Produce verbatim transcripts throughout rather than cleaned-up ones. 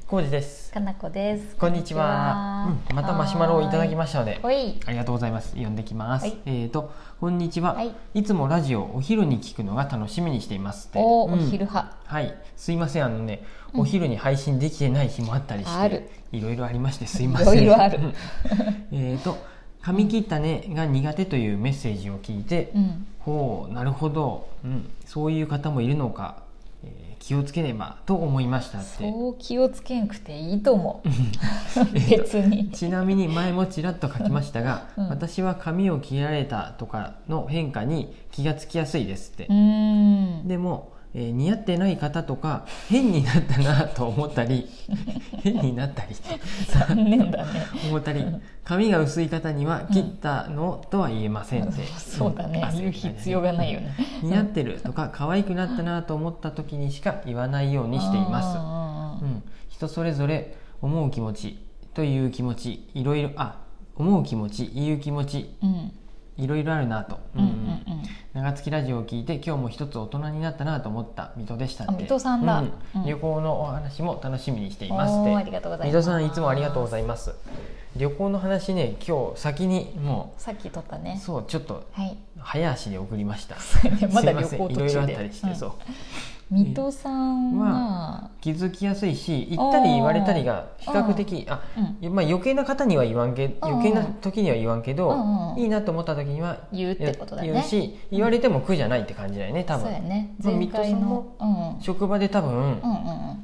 コウジです。 かなこです。 こんにちは。うん、またマシュマロをいただきましたので、 ありがとうございます。読んできます。はい、えーとこんにちは、はい。いつもラジオをお昼に聞くのが楽しみにしていますって。 お、うん、お昼派。 はい。すいません、あのね、うん、お昼に配信できてない日もあったりして、いろいろありましてすいません。 いろいろある。 えーと髪切ったねが苦手というメッセージを聞いて、うん、ほうなるほど、うん、そういう方もいるのか。気をつけねばと思いましたって。 そう気をつけんくていいと思う別にちなみに前もちらっと書きましたが、うん、私は髪を切られたとかの変化に気がつきやすいですって。うーんでも、えー、似合ってない方とか変になったなと思ったり変になったり残念だね思ったり髪が薄い方には切ったのとは言えませんって、うん、 そうだね、言う必要がないよね似合ってるとか可愛くなったなと思った時にしか言わないようにしています、うん、人それぞれ思う気持ちという気持ちいろいろあ思う気持ち言う気持ち、うんいろいろあるなと、うんうんうん、長月ラジオを聞いて今日も一つ大人になったなと思った水戸でしたって。 水戸さんだ、 うん、旅行のお話も楽しみにしていますって。 ありがとうございます。 水戸さんいつもありがとうございます。旅行の話ね今日先にもうさっき撮ったね。 そうちょっと早足で送りました、 はい、まだ旅行途中でいろいろあったりして、うん、そう水戸さんは気づきやすいし言ったり言われたりが比較的あ、うんまあ、余計な方には言わんけ余計な時には言わんけど、うんうん、いいなと思った時には言うってことだね。 言うし言われても苦じゃないって感じだよね多分。 そうやね。前回の、 まあ、水戸さんも職場で多分、うんうんうん、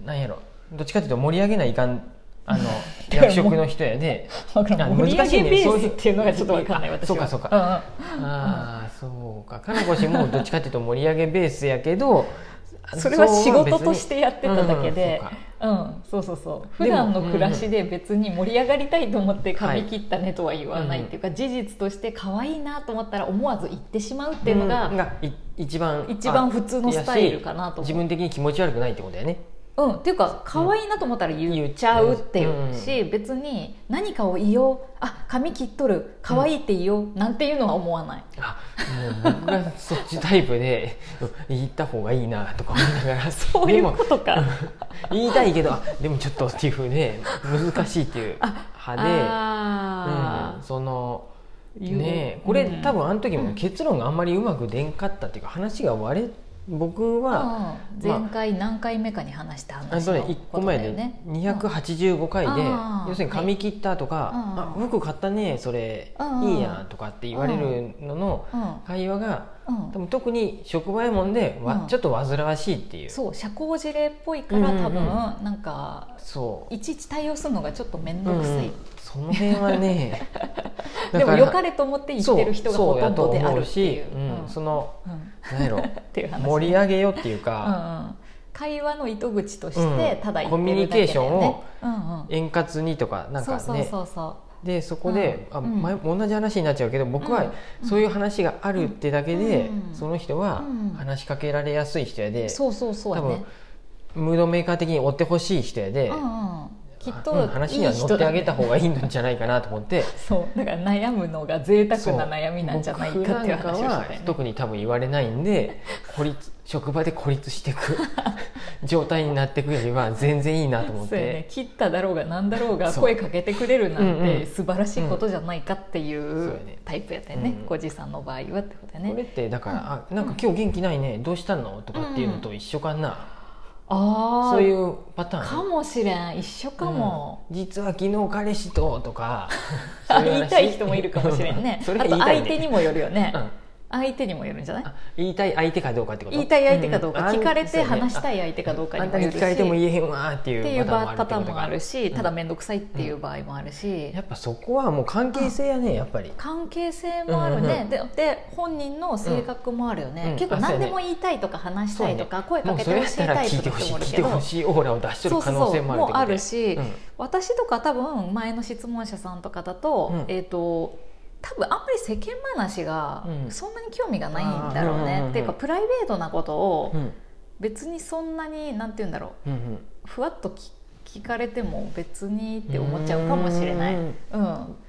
なんやろどっちかというと盛り上げないかんあの役職の人やで難しいね。ベースっていうのがちょっと分かんない私は。 そうかそうか、うんうん、ああそうかかなこ氏もどっちかというと盛り上げベースやけどそれは仕事としてやってただけで、うん、うん、そうそうそう普段の暮らしで別に盛り上がりたいと思って髪切ったねとは言わないっていうか、はい、事実として可愛いなと思ったら思わず言ってしまうっていうのが、うん、が一番一番普通のスタイルかなと思う。 自分的に気持ち悪くないってことだよね。 うん、っていうか可愛いなと思ったら言っちゃうっていうし、うん、別に何かを言おうあ髪切っとる可愛いって言おう、うん、なんていうのは思わない。 あもう僕がそっちタイプで言った方がいいなとか思いながらそういうことか言いたいけどでもちょっとっていう風で難しいっていう派で、うん、そのねこれ、うん、多分あの時も結論があんまりうまく出んかったっていうか話が割れ僕は、 うん、前回何回目かに話した話のことだよね。いっこまえでにひゃくはちじゅうごかいで、うん、要するに髪切ったとか、はい、あ服買ったねそれ、うん、いいやんとかって言われるのの会話が、うん、多分特に職場やもんで、うん、ちょっと煩わしいっていう。 そう社交辞令っぽいから多分、うんうんうん、なんかそういちいち対応するのがちょっと面倒くさい、うんうん、 その辺はねでも良かれと思って言ってる人がほとんどであるっていう、 うん、その、うん、何やろ盛り上げようっていうか、 うんうん、会話の糸口としてただ言ってるだけだよね、うん、コミュニケーションを円滑にとかなんかね、 そうそうそうそうでそこで、うん、あ前同じ話になっちゃうけど僕はそういう話があるってだけで、うん、その人は話しかけられやすい人やで、うん、 そうそうそうやね、 多分ムードメーカー的に追ってほしい人やで、うんうん、きっと、うん、話には乗ってあげた方がいいんじゃないかなと思ってそうだから悩むのが贅沢な悩みなんじゃないかっていう話をしてたよね。 特に多分言われないんで孤立職場で孤立していく状態になっていくよりは全然いいなと思って、 ね、切っただろうがなんだろうが声かけてくれるなんて素晴らしいことじゃないかっていうタイプやったよね、小路さんの場合はってことだね。 これってだから、うん、あなんか今日元気ないねどうしたのとかっていうのと一緒かな、あそういうパターンかもしれん一緒かも、 うん、実は昨日彼氏ととか言いたい人もいるかもしれんねそれ言いたいね。あと相手にもよるよね、うん相手にもよるんじゃない？ 言いたい相手かどうかってこと？ 言いたい相手かどうか、うん、聞かれて話したい相手かどうかにもよるし、 あんたに聞かれても言えへんわっていうパターンもあるし、ただ面倒くさいっていう場合もあるし、 うん、やっぱそこはもう関係性やね、やっぱり関係性もあるね、うんうん、で, で本人の性格もあるよね、うん、結構何でも言いたいとか話したいとか、ね、声かけてほしいタイプの人もいるけど、 聞いてほしいオーラを出しとる可能性もあるってことで、そうそうそうもあるし、うん、私とか多分前の質問者さんとかだと、うん、えっ、ー、と多分あんまり世間話がそんなに興味がないんだろうね、うん、っていうかプライベートなことを別にそんなになんて言うんだろう、うん、ふわっと聞かれても別にって思っちゃうかもしれない、うん、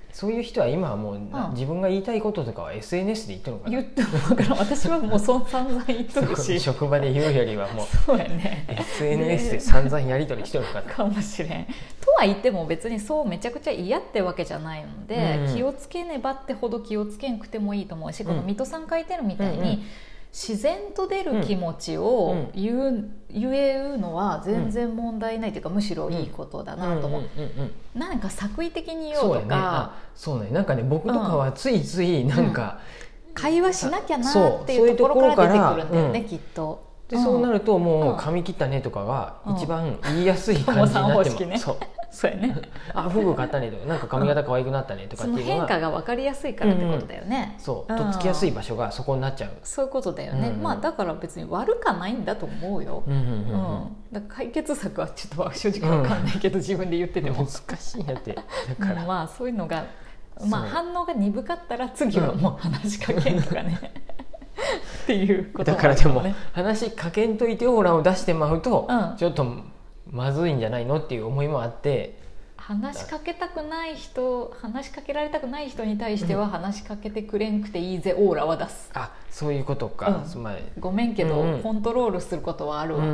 そういう人は今はもう、うん、自分が言いたいこととかは エスエヌエス で言ってるのかな。 言っても分からん。私はもうそ散々言っとるし職場で言うよりはもうそうやねエスエヌエス で散々やり取りしてるのかなかもしれん。とは言っても別にそうめちゃくちゃ嫌ってわけじゃないので、うん、気をつけねばってほど気をつけんくてもいいと思うし、うん、この水戸さん書いてるみたいに、うんうん、自然と出る気持ちを言う、うん、言えるのは全然問題ないというか、むしろいいことだなと思う。なんか作為的に言おうとか、 そうね、なんかね、僕とかはついついなんか、 うん、会話しなきゃなっていうところから出てくるんだよね、うん、きっと。 で、うん、そうなるともう髪切ったねとかが一番言いやすい感じになってます、うんね、そうそうやねあ、服買ったねとか、なんか髪型可愛くなったねとかっていうのは、 その変化が分かりやすいからってことだよね、 うんうん、そう、とっつきやすい場所がそこになっちゃう、 そういうことだよね、うんうん、まあだから別に悪かないんだと思うよ、うんうんうんうん、だから解決策はちょっと正直分かんないけど、うん、自分で言ってても難しいやってだから、 うん、まあそういうのが、まあ、反応が鈍かったら次はもう話しかけんとかね、うんっていうこと、 ね、だからでも話しかけんといてオーラを出してまうと、うん、ちょっとまずいんじゃないのっていう思いもあって、 話しかけたくない人、話しかけられたくない人に対しては話しかけてくれんくていいぜオーラは出す。 あ、そういうことか、 うん、ごめんけど、うんうん、コントロールすることはあるわ。うん、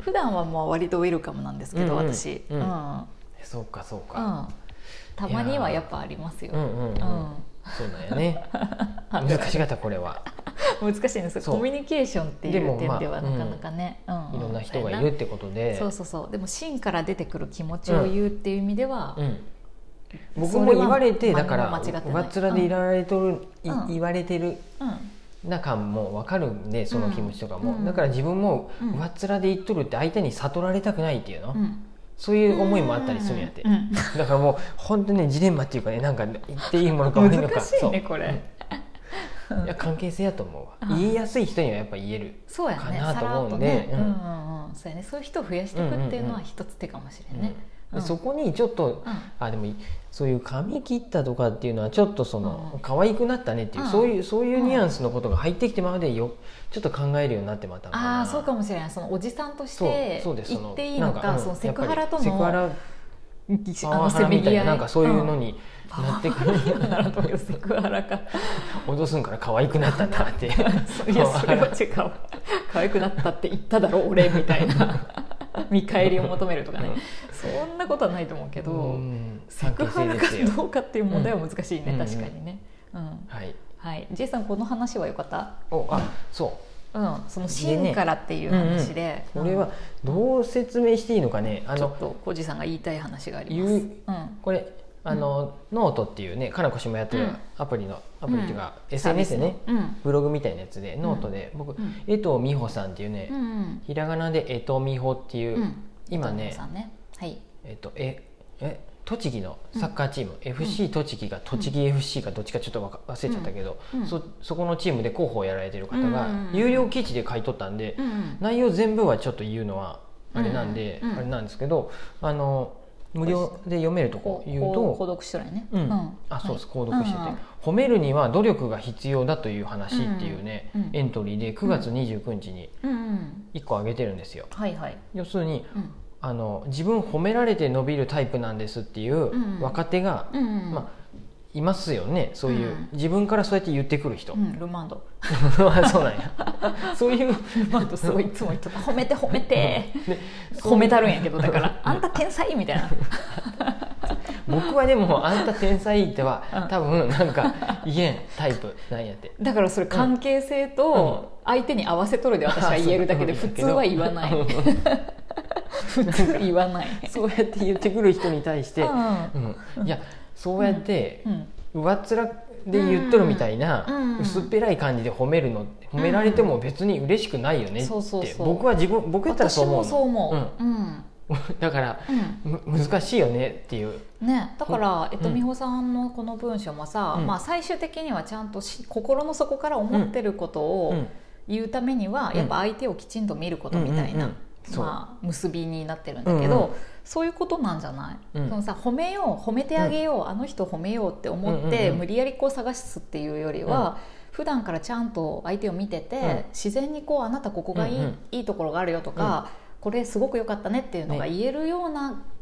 普段はもう割とウェルカムなんですけど、うんうん、私、うんうん、 そうかそうか、 うん、たまにはやっぱありますよ。うんうんうんうん、 そうだよね難しかったこれは難しいんです。コミュニケーションっていう点ではなかなかね、 まあうん、いろんな人がいるってことで、 そうそうそう、でも芯から出てくる気持ちを言うっていう意味では、うんうん、 僕も言われて、だから上っ面でいられとる、うん、言われてる、な感も分かるんで、その気持ちとかも、うん、だから自分も上っ面で言っとるって相手に悟られたくないっていうの、うん、そういう思いもあったりするんやって、うん、だからもう本当にねジレンマっていうかね、なんか言っていいものか悪いのか、 難しいねこれ、 いや関係性やと思うわ。言いやすい人にはやっぱ言えるかなと思うんで、 そういう人を増やしていくっていうのは一つ手かもしれないね、 うんうん、そこにちょっと、うん、あでもそういう髪切ったとかっていうのはちょっとその、うん、可愛くなったねっていう、うん、そういうそういうニュアンスのことが入ってきてまでよちょっと考えるようになってまたああそうかもしれない。そのおじさんとして言っていいのか、うん、そのセクハラとのセクハラパワハラみたいな、なんかそういうのになってくる、 うん、なるというセクハラか脅すんから可愛くなったんだっていやそれは違う、可愛くなったって言っただろ俺みたいな見返りを求めるとかね、うん、そんなことはないと思うけど、うん、セクハラかどうかっていう問題は難しいね、うん、確かにね、うん、はいはい、J さんこの話は良かった？ おあそううん、その芯からっていう話で、 ねうんうん、これはどう説明していいのかね、あのちょっと小路さんが言いたい話があります、うん、 これあの、うん、ノートっていうね、かなこ氏もやってるアプリの、うん、アプリっていうか、うん、エスエヌエス でね、うん、ブログみたいなやつで、ノートで僕、うん、江藤美穂さんっていうね、うん、ひらがなで江藤美穂っていう、うん、今ね、 ね、はい、 えっとええ栃木のサッカーチーム、うん、エフシー 栃木が栃木 エフシー かどっちかちょっと忘れちゃったけど、うん、そ, そこのチームで広報をやられてる方が有料記事で書いとったんで、うん、内容全部はちょっと言うのはあれなんで、うん、あれなんですけど、あの無料で読めるとこ言うと購読してないね、 うんうん、あそうです、購読してて、うんうん、褒めるには努力が必要だという話っていうね、うんうん、エントリーでくがつにじゅうくにちにいっこあげてるんですよ、うんはいはい、要するに、うんあの自分褒められて伸びるタイプなんですっていう若手が、うんうんまあ、いますよね、そういう、うん、自分からそうやって言ってくる人、うん、 ルマンドそうなんやそういうルマンドすごいいつも言ってた褒めて褒めて褒めたるんやけど、だからあんた天才みたいな僕はでもあんた天才っては、うん、多分なんか言えんタイプなんやって。 だからそれ関係性と相手に合わせとるで私は言えるだけで、普通は言わない普通言わないそうやって言ってくる人に対して、うんうん、いやそうやって上っ面で言っとるみたいな薄っぺらい感じで褒めるの、褒められても別に嬉しくないよねって僕は自分僕やったらそう思うの。 私もそう思う、うんうんだから、うん、難しいよねっていう、 ね、だから、えっと、美穂さんのこの文章もさ、うんまあ、最終的にはちゃんとし心の底から思ってることを言うためには、うん、やっぱ相手をきちんと見ることみたいな、うんうんうんまあ、結びになってるんだけど、うんうん、そういうことなんじゃない、うん、そのさ褒めよう褒めてあげよう、うん、あの人褒めようって思って、うんうんうん、無理やりこう探すっていうよりは、うん、普段からちゃんと相手を見てて、うん、自然にこうあなたここがいい、うんうん、いいところがあるよとか、うんこれすごく良かったねっていうのが言えるような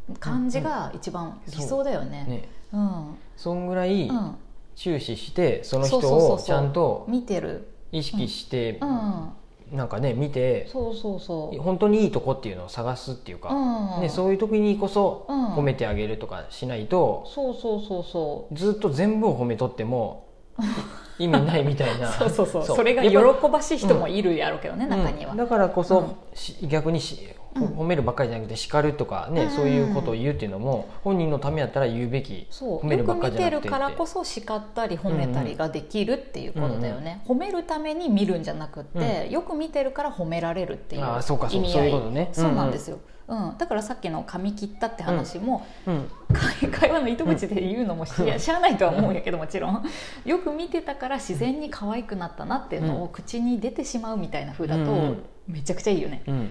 感じが一番理想だよね。 うん、ね、 うん、 そんぐらい注視してその人をちゃんと見てる、 意識して、 うんうん、 なんかね見て、 そうそうそう本当にいいとこっていうのを探すっていうか、うんね、そういう時にこそ褒めてあげるとかしないと、 うん、そうそうそうそう、 ずっと全部を褒めとっても意味ないみたいなそうそうそう、それが喜ばしい人もいるやろうけどね、うん、中には、 だからこそ、うん、逆にし褒めるばっかりじゃなくて叱るとかね、うん、そういうことを言うっていうのも本人のためやったら言うべき、 そう褒めるばっかりじゃなくて、 よく見てるからこそ叱ったり褒めたりができるっていうことだよね、うんうん、褒めるために見るんじゃなくて、うん、よく見てるから褒められるっていう意味合い、あ、そうか、そう、そういうことね、そうなんですよ、うんうん、だからさっきの髪切ったって話も、うんうん、会話の糸口で言うのもし、うん、しゃあないとは思うんやけど、もちろんよく見てたから自然に可愛くなったなっていうのを口に出てしまうみたいな風だと、うん、めちゃくちゃいいよね、うん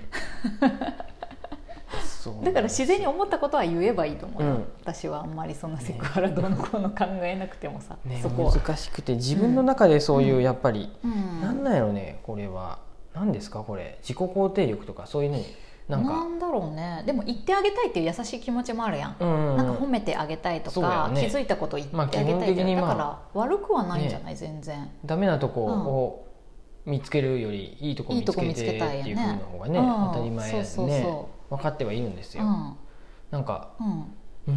だから自然に思ったことは言えばいいと思うよ、うん、私はあんまりそんなセクハラどうのこうの考えなくてもさ、ね、そこは難しくて、自分の中でそういうやっぱり、うん、なんなんやろね、これは何ですか、これ自己肯定力とかそういうのになんかなんだろうね、でも言ってあげたいっていう優しい気持ちもあるやん、うんうん、なんか褒めてあげたいとか、ね、気づいたこと言ってあげたいっていう、まあ、だから悪くはないんじゃない、ね、全然ダメなとこを見つけるよりいいとこ見つけてっていう風の方がね、うん、当たり前やね、そうそうそう、分かってはいるんですよ、うん、なんか、 うん、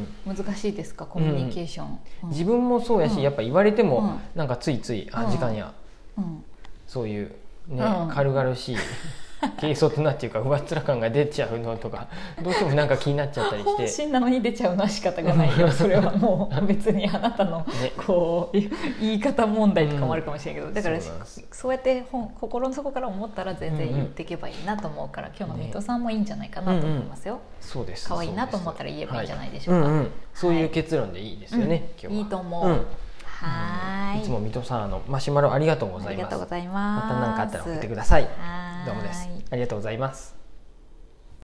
うん、難しいですか、コミュニケーション、うんうん、自分もそうやし、やっぱ言われても、うん、なんかついつい、あ、時間や、うん、そういうね、うん、軽々しい軽率なっていうか上っ面感が出ちゃうのとかどうしてもなんか気になっちゃったりして、 本心なのに出ちゃうのは仕方がないよそれはもう別にあなたのこう、ね、言い方問題とかもあるかもしれないけど、だから そ, そうやって心の底から思ったら全然言っていけばいいなと思うから、うんうん、今日の水戸さんもいいんじゃないかなと思いますよ、ね、うんうん、 そうです、 可愛いなと思ったら言えばいいんじゃないでしょうか、 はい、うんうん、そういう結論でいいですよね、うん、今日は。 いいと思う、うん、はい、 いつも水戸さん、あのマシュマロありがとうございます。 ありがとうございます。 また何かあったら送ってください。どうもです。ありがとうございます。